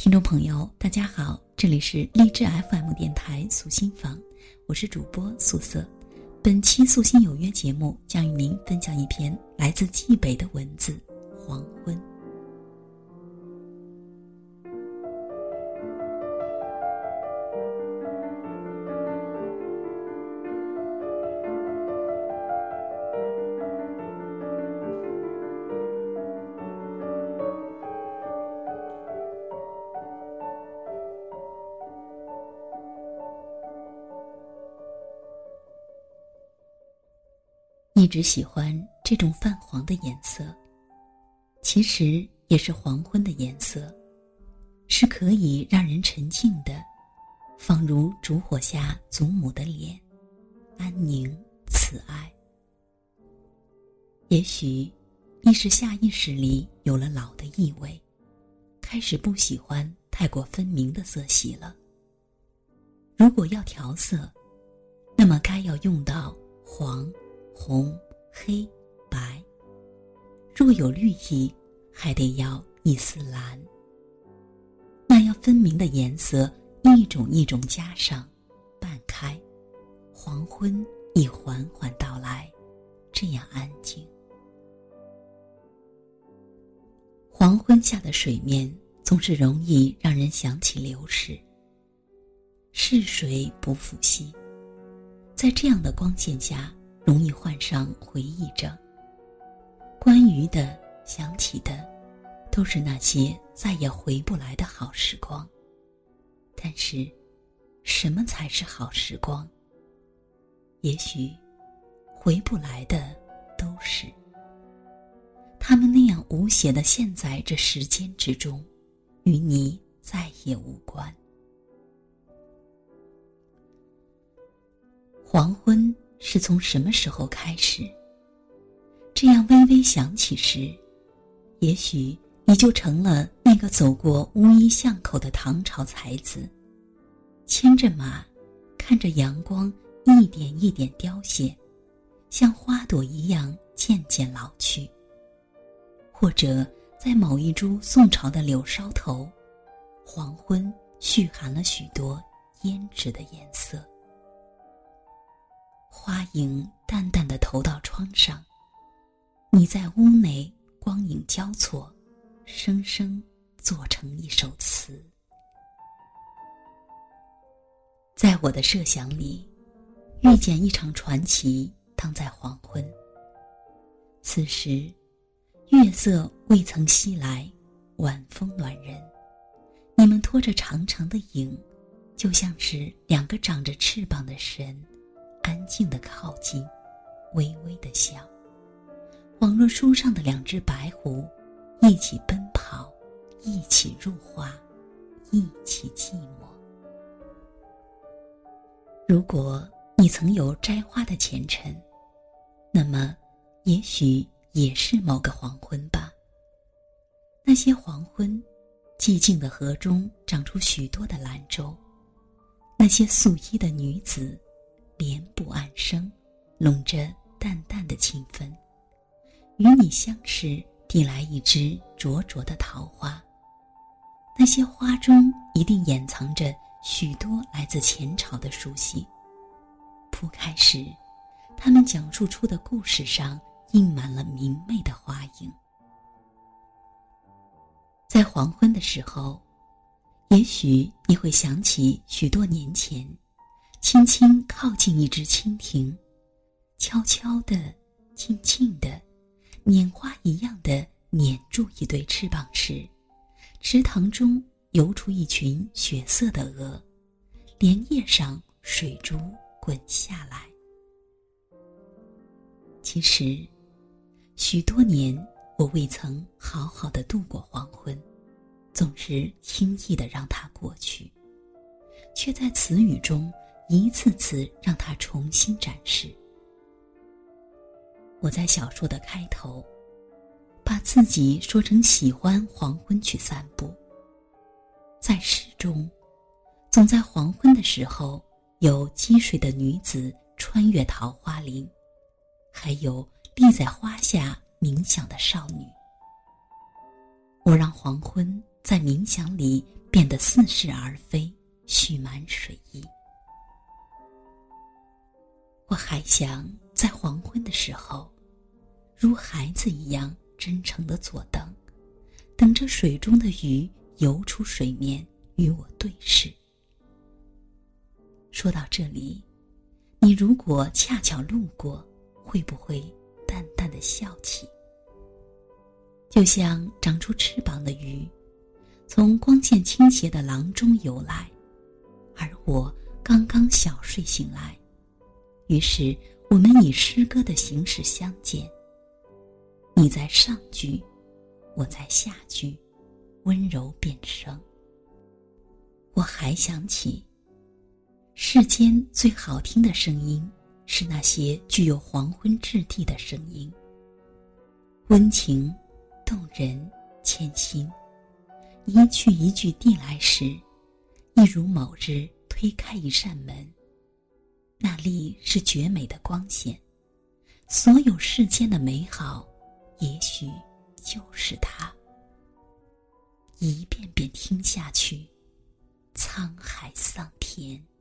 听众朋友大家好，这里是励志 FM 电台素心坊，我是主播素色。本期素心有约节目将与您分享一篇来自冀北的文字《黄昏》。一直喜欢这种泛黄的颜色，其实也是黄昏的颜色，是可以让人沉静的，仿如烛火下祖母的脸，安宁慈爱。也许意识下意识里有了老的意味，开始不喜欢太过分明的色系了。如果要调色，那么该要用到黄、红、黑、白，若有绿意，还得要一丝蓝。那样分明的颜色一种一种加上，半开，黄昏已缓缓到来，这样安静。黄昏下的水面总是容易让人想起流逝，逝水不复昔，在这样的光线下容易患上回忆症，关于的想起的都是那些再也回不来的好时光。但是什么才是好时光？也许回不来的都是他们那样无邪地陷在这时间之中，与你再也无关。黄昏是从什么时候开始？这样微微想起时，也许你就成了那个走过乌衣巷口的唐朝才子，牵着马，看着阳光一点一点凋谢，像花朵一样渐渐老去。或者在某一株宋朝的柳梢头，黄昏蓄含了许多胭脂的颜色，花影淡淡地投到窗上，你在屋内光影交错，生生做成一首词。在我的设想里，遇见一场传奇当在黄昏。此时月色未曾西来，晚风暖人，你们拖着长长的影，就像是两个长着翅膀的神，安静地靠近，微微地笑，恍若书上的两只白狐，一起奔跑，一起入画，一起寂寞。如果你曾有摘花的前尘，那么也许也是某个黄昏吧。那些黄昏，寂静的河中长出许多的兰舟，那些素衣的女子莲步暗生，笼着淡淡的清芬，与你相识，递来一枝灼灼的桃花。那些花中一定掩藏着许多来自前朝的书信，铺开时，他们讲述出的故事上印满了明媚的花影。在黄昏的时候，也许你会想起许多年前，轻轻靠近一只蜻蜓，悄悄地，静静地，拈花一样地捻住一对翅膀时，池塘中游出一群血色的鹅，莲叶上水珠滚下来。其实许多年我未曾好好地度过黄昏，总是轻易地让它过去，却在词语中一次次让它重新展示。我在小说的开头把自己说成喜欢黄昏去散步，在诗中总在黄昏的时候有积水的女子穿越桃花林，还有立在花下冥想的少女。我让黄昏在冥想里变得似是而非，蓄满水意。我还想在黄昏的时候，如孩子一样真诚地坐等，等着水中的鱼游出水面与我对视。说到这里，你如果恰巧路过，会不会淡淡的笑起？就像长出翅膀的鱼，从光线倾斜的廊中游来，而我刚刚小睡醒来，于是我们以诗歌的形式相见。你在上句，我在下句，温柔变声。我还想起，世间最好听的声音是那些具有黄昏质地的声音，温情动人牵心，一句一句递来时，一如某日推开一扇门，那里是绝美的光线，所有世间的美好也许就是它。一遍遍听下去，沧海桑田。